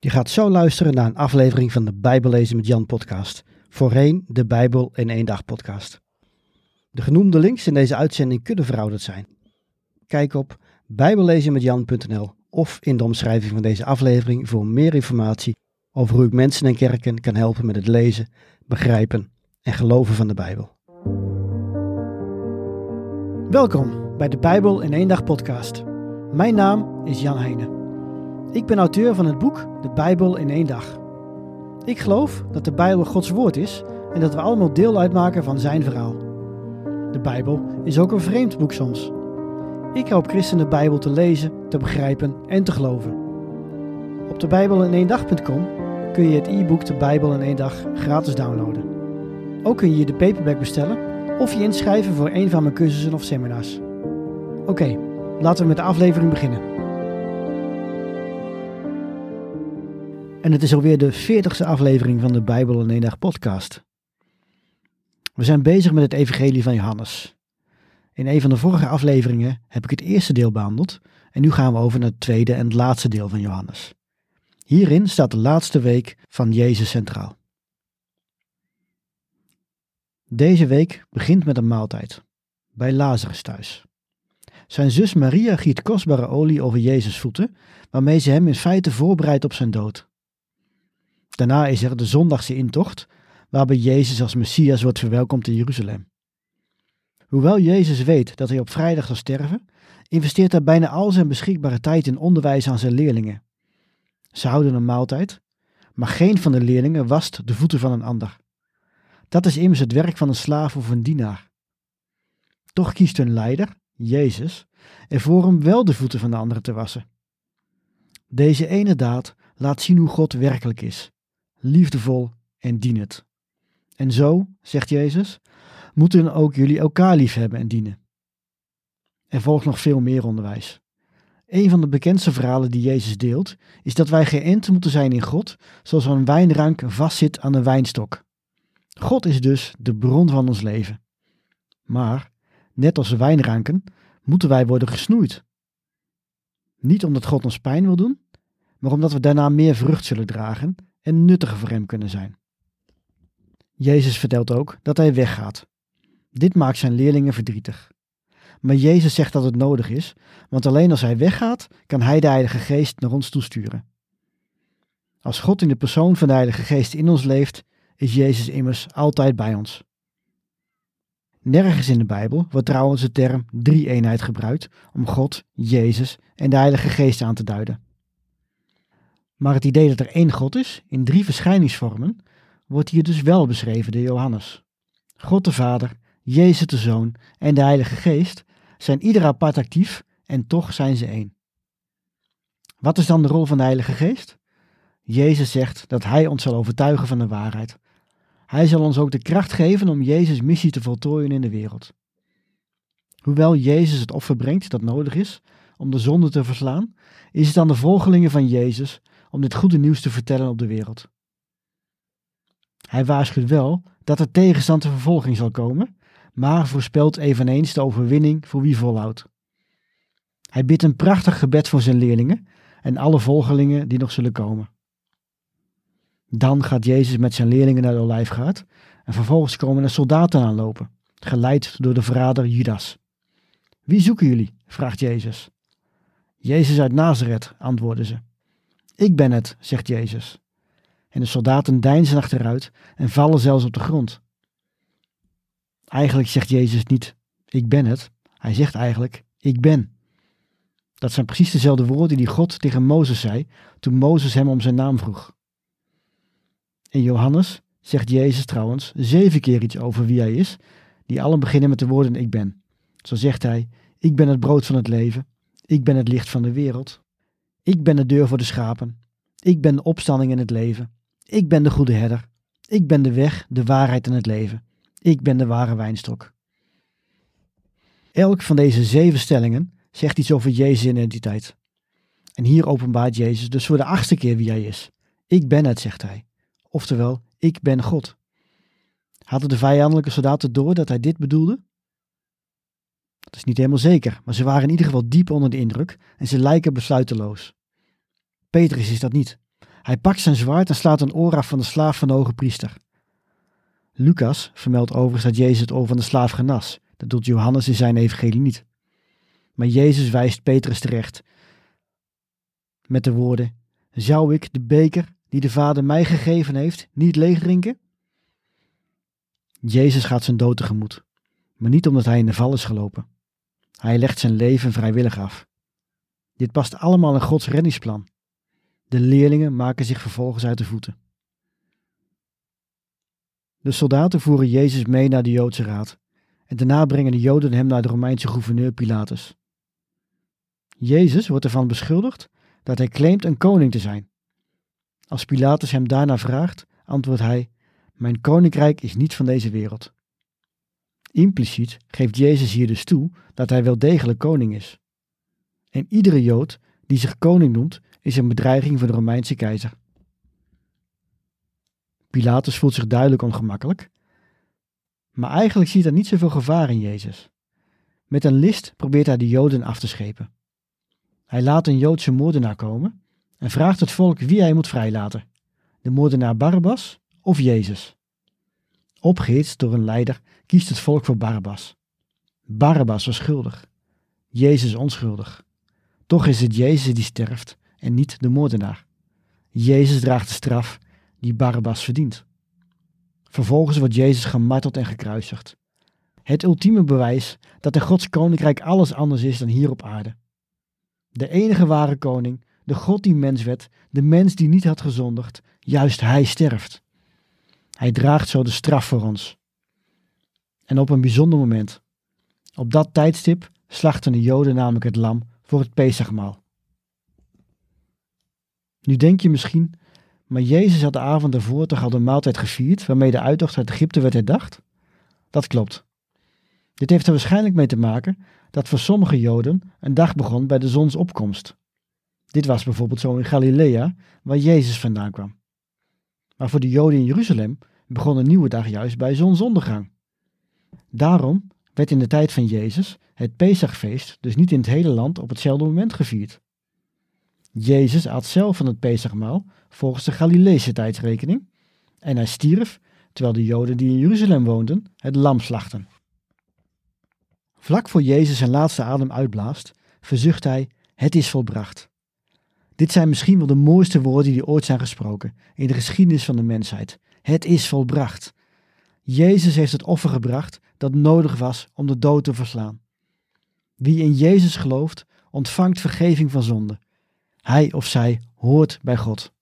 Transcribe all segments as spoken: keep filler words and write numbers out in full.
Je gaat zo luisteren naar een aflevering van de Bijbellezen met Jan podcast. Voorheen de Bijbel in één dag podcast. De genoemde links in deze uitzending kunnen verouderd zijn. Kijk op bijbellezenmetjan punt n l of in de omschrijving van deze aflevering voor meer informatie over hoe ik mensen en kerken kan helpen met het lezen, begrijpen en geloven van de Bijbel. Welkom bij de Bijbel in één dag podcast. Mijn naam is Jan Heijnen. Ik ben auteur van het boek De Bijbel in één dag. Ik geloof dat de Bijbel Gods woord is en dat we allemaal deel uitmaken van zijn verhaal. De Bijbel is ook een vreemd boek soms. Ik help christenen de Bijbel te lezen, te begrijpen en te geloven. Op de bijbel in één dag punt com kun je het e-book De Bijbel in één dag gratis downloaden. Ook kun je de paperback bestellen of je inschrijven voor een van mijn cursussen of seminars. Oké, okay, laten we met de aflevering beginnen. En het is alweer de veertigste aflevering van de Bijbel in één dag podcast. We zijn bezig met het evangelie van Johannes. In een van de vorige afleveringen heb ik het eerste deel behandeld en nu gaan we over naar het tweede en het laatste deel van Johannes. Hierin staat de laatste week van Jezus centraal. Deze week begint met een maaltijd, bij Lazarus thuis. Zijn zus Maria giet kostbare olie over Jezus' voeten, waarmee ze hem in feite voorbereidt op zijn dood. Daarna is er de zondagse intocht, waarbij Jezus als Messias wordt verwelkomd in Jeruzalem. Hoewel Jezus weet dat hij op vrijdag zal sterven, investeert hij bijna al zijn beschikbare tijd in onderwijs aan zijn leerlingen. Ze houden een maaltijd, maar geen van de leerlingen wast de voeten van een ander. Dat is immers het werk van een slaaf of een dienaar. Toch kiest hun leider, Jezus, ervoor om wel de voeten van de anderen te wassen. Deze ene daad laat zien hoe God werkelijk is, liefdevol en dienend. En zo, zegt Jezus, moeten ook jullie elkaar lief hebben en dienen. Er volgt nog veel meer onderwijs. Een van de bekendste verhalen die Jezus deelt, is dat wij geënt moeten zijn in God, zoals een wijnrank vastzit aan een wijnstok. God is dus de bron van ons leven. Maar, net als de wijnranken, moeten wij worden gesnoeid. Niet omdat God ons pijn wil doen, maar omdat we daarna meer vrucht zullen dragen en nuttiger voor hem kunnen zijn. Jezus vertelt ook dat hij weggaat. Dit maakt zijn leerlingen verdrietig. Maar Jezus zegt dat het nodig is, want alleen als hij weggaat, kan hij de Heilige Geest naar ons toesturen. Als God in de persoon van de Heilige Geest in ons leeft, is Jezus immers altijd bij ons. Nergens in de Bijbel wordt trouwens de term drie-eenheid gebruikt om God, Jezus en de Heilige Geest aan te duiden. Maar het idee dat er één God is, in drie verschijningsvormen, wordt hier dus wel beschreven door Johannes. God de Vader, Jezus de Zoon en de Heilige Geest zijn ieder apart actief en toch zijn ze één. Wat is dan de rol van de Heilige Geest? Jezus zegt dat hij ons zal overtuigen van de waarheid. Hij zal ons ook de kracht geven om Jezus' missie te voltooien in de wereld. Hoewel Jezus het offer brengt dat nodig is om de zonde te verslaan, is het aan de volgelingen van Jezus om dit goede nieuws te vertellen op de wereld. Hij waarschuwt wel dat er tegenstand en vervolging zal komen, maar voorspelt eveneens de overwinning voor wie volhoudt. Hij bidt een prachtig gebed voor zijn leerlingen en alle volgelingen die nog zullen komen. Dan gaat Jezus met zijn leerlingen naar de Olijfgaard en vervolgens komen er soldaten aanlopen, geleid door de verrader Judas. Wie zoeken jullie? Vraagt Jezus. Jezus uit Nazareth, antwoorden ze. Ik ben het, zegt Jezus. En de soldaten deinzen achteruit en vallen zelfs op de grond. Eigenlijk zegt Jezus niet, ik ben het. Hij zegt eigenlijk, ik ben. Dat zijn precies dezelfde woorden die God tegen Mozes zei toen Mozes hem om zijn naam vroeg. In Johannes zegt Jezus trouwens zeven keer iets over wie hij is, die allen beginnen met de woorden ik ben. Zo zegt hij, ik ben het brood van het leven, ik ben het licht van de wereld, ik ben de deur voor de schapen, ik ben de opstanding en het leven, ik ben de goede herder, ik ben de weg, de waarheid en het leven, ik ben de ware wijnstok. Elk van deze zeven stellingen zegt iets over Jezus' identiteit. En hier openbaart Jezus dus voor de achtste keer wie hij is. Ik ben het, zegt hij. Oftewel, ik ben God. Hadden de vijandelijke soldaten door dat hij dit bedoelde? Dat is niet helemaal zeker, maar ze waren in ieder geval diep onder de indruk en ze lijken besluiteloos. Petrus is dat niet. Hij pakt zijn zwaard en slaat een oor af van de slaaf van de hoge priester. Lucas vermeldt overigens dat Jezus het oor van de slaaf genas. Dat doet Johannes in zijn evangelie niet. Maar Jezus wijst Petrus terecht met de woorden: zou ik de beker die de Vader mij gegeven heeft niet leeg drinken? Jezus gaat zijn dood tegemoet, maar niet omdat hij in de val is gelopen. Hij legt zijn leven vrijwillig af. Dit past allemaal in Gods reddingsplan. De leerlingen maken zich vervolgens uit de voeten. De soldaten voeren Jezus mee naar de Joodse raad en daarna brengen de Joden hem naar de Romeinse gouverneur Pilatus. Jezus wordt ervan beschuldigd dat hij claimt een koning te zijn. Als Pilatus hem daarna vraagt, antwoordt hij: mijn koninkrijk is niet van deze wereld. Impliciet geeft Jezus hier dus toe dat hij wel degelijk koning is. En iedere Jood die zich koning noemt, is een bedreiging voor de Romeinse keizer. Pilatus voelt zich duidelijk ongemakkelijk, maar eigenlijk ziet hij niet zoveel gevaar in Jezus. Met een list probeert hij de Joden af te schepen. Hij laat een Joodse moordenaar komen en vraagt het volk wie hij moet vrijlaten: de moordenaar Barabbas of Jezus. Opgehitst door een leider kiest het volk voor Barabbas. Barabbas was schuldig, Jezus onschuldig. Toch is het Jezus die sterft en niet de moordenaar. Jezus draagt de straf die Barabbas verdient. Vervolgens wordt Jezus gemarteld en gekruisigd. Het ultieme bewijs dat in Gods koninkrijk alles anders is dan hier op aarde. De enige ware koning, de God die mens werd, de mens die niet had gezondigd, juist hij sterft. Hij draagt zo de straf voor ons. En op een bijzonder moment. Op dat tijdstip slachten de Joden namelijk het lam voor het Pesachmaal. Nu denk je misschien, maar Jezus had de avond ervoor toch al de maaltijd gevierd waarmee de uittocht uit Egypte werd herdacht? Dat klopt. Dit heeft er waarschijnlijk mee te maken dat voor sommige Joden een dag begon bij de zonsopkomst. Dit was bijvoorbeeld zo in Galilea, waar Jezus vandaan kwam. Maar voor de Joden in Jeruzalem begon een nieuwe dag juist bij zonsondergang. Daarom werd in de tijd van Jezus het Pesachfeest dus niet in het hele land op hetzelfde moment gevierd. Jezus at zelf van het Pesachmaal volgens de Galileese tijdsrekening en hij stierf terwijl de Joden die in Jeruzalem woonden het lam slachten. Vlak voor Jezus zijn laatste adem uitblaast, verzucht hij: het is volbracht. Dit zijn misschien wel de mooiste woorden die ooit zijn gesproken in de geschiedenis van de mensheid. Het is volbracht. Jezus heeft het offer gebracht dat nodig was om de dood te verslaan. Wie in Jezus gelooft, ontvangt vergeving van zonde. Hij of zij hoort bij God.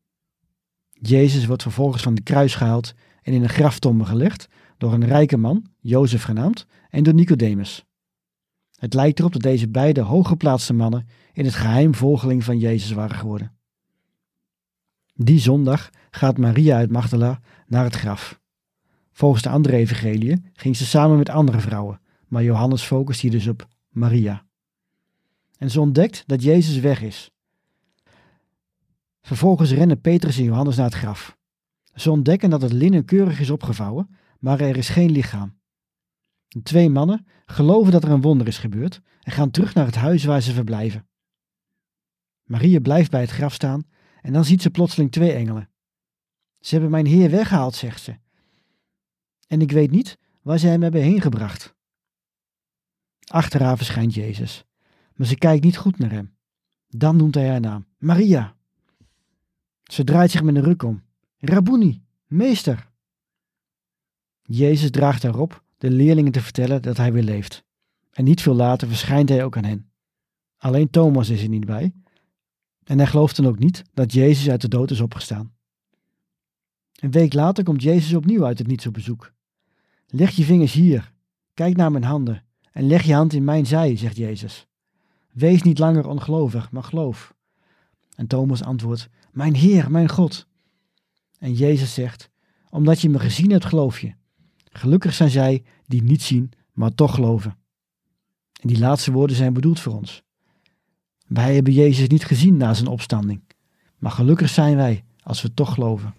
Jezus wordt vervolgens van de kruis gehaald en in een graftombe gelegd door een rijke man, Jozef genaamd, en door Nicodemus. Het lijkt erop dat deze beide hooggeplaatste mannen in het geheim volgeling van Jezus waren geworden. Die zondag gaat Maria uit Magdala naar het graf. Volgens de andere evangeliën ging ze samen met andere vrouwen, maar Johannes focust hier dus op Maria. En ze ontdekt dat Jezus weg is. Vervolgens rennen Petrus en Johannes naar het graf. Ze ontdekken dat het linnen keurig is opgevouwen, maar er is geen lichaam. De twee mannen geloven dat er een wonder is gebeurd en gaan terug naar het huis waar ze verblijven. Maria blijft bij het graf staan en dan ziet ze plotseling twee engelen. Ze hebben mijn Heer weggehaald, zegt ze. En ik weet niet waar ze hem hebben heen gebracht. Achter haar verschijnt Jezus, maar ze kijkt niet goed naar hem. Dan noemt hij haar naam, Maria. Ze draait zich met een ruk om. Rabboni, meester. Jezus draagt haar op de leerlingen te vertellen dat hij weer leeft. En niet veel later verschijnt hij ook aan hen. Alleen Thomas is er niet bij. En hij gelooft dan ook niet dat Jezus uit de dood is opgestaan. Een week later komt Jezus opnieuw uit het niets op bezoek. Leg je vingers hier, kijk naar mijn handen en leg je hand in mijn zij, zegt Jezus. Wees niet langer ongelovig, maar geloof. En Thomas antwoordt, mijn Heer, mijn God. En Jezus zegt, omdat je me gezien hebt, geloof je. Gelukkig zijn zij die niet zien, maar toch geloven. En die laatste woorden zijn bedoeld voor ons. Wij hebben Jezus niet gezien na zijn opstanding, maar gelukkig zijn wij als we toch geloven.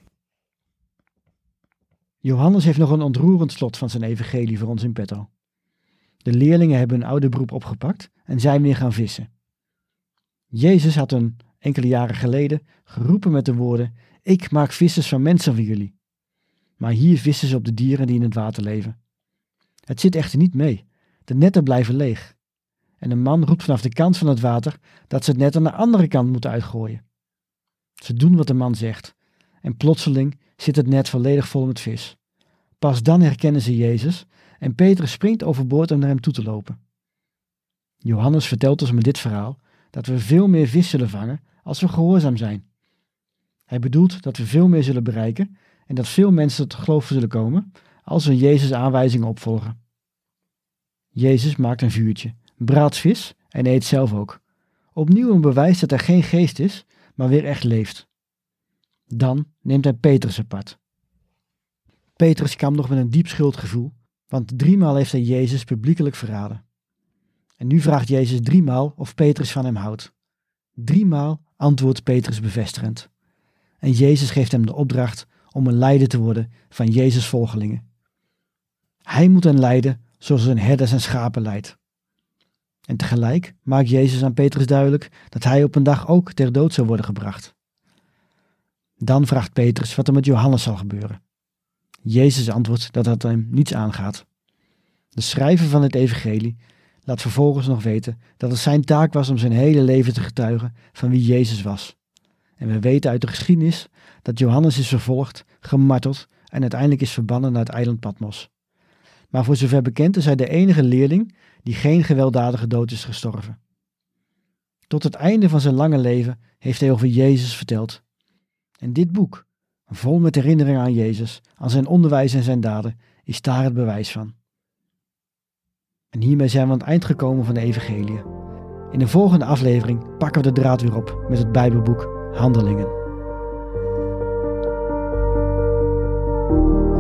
Johannes heeft nog een ontroerend slot van zijn evangelie voor ons in petto. De leerlingen hebben hun oude beroep opgepakt en zijn weer gaan vissen. Jezus had een enkele jaren geleden, geroepen met de woorden: ik maak vissers van mensen van jullie. Maar hier vissen ze op de dieren die in het water leven. Het zit echter niet mee. De netten blijven leeg. En een man roept vanaf de kant van het water dat ze het net aan de andere kant moeten uitgooien. Ze doen wat de man zegt. En plotseling zit het net volledig vol met vis. Pas dan herkennen ze Jezus en Petrus springt overboord om naar hem toe te lopen. Johannes vertelt ons met dit verhaal dat we veel meer vis zullen vangen als we gehoorzaam zijn. Hij bedoelt dat we veel meer zullen bereiken en dat veel mensen tot geloof zullen komen als we Jezus' aanwijzingen opvolgen. Jezus maakt een vuurtje, braadt vis en eet zelf ook. Opnieuw een bewijs dat er geen geest is, maar weer echt leeft. Dan neemt hij Petrus apart. Petrus kampt nog met een diep schuldgevoel, want driemaal heeft hij Jezus publiekelijk verraden. En nu vraagt Jezus driemaal of Petrus van hem houdt. Driemaal antwoordt Petrus bevestigend. En Jezus geeft hem de opdracht om een leider te worden van Jezus' volgelingen. Hij moet hen leiden zoals een herder zijn schapen leidt. En tegelijk maakt Jezus aan Petrus duidelijk dat hij op een dag ook ter dood zou worden gebracht. Dan vraagt Petrus wat er met Johannes zal gebeuren. Jezus antwoordt dat dat hem niets aangaat. De schrijver van het evangelie laat vervolgens nog weten dat het zijn taak was om zijn hele leven te getuigen van wie Jezus was. En we weten uit de geschiedenis dat Johannes is vervolgd, gemarteld en uiteindelijk is verbannen naar het eiland Patmos. Maar voor zover bekend is hij de enige leerling die geen gewelddadige dood is gestorven. Tot het einde van zijn lange leven heeft hij over Jezus verteld. En dit boek, vol met herinneringen aan Jezus, aan zijn onderwijs en zijn daden, is daar het bewijs van. En hiermee zijn we aan het eind gekomen van de evangelie. In de volgende aflevering pakken we de draad weer op met het Bijbelboek Handelingen.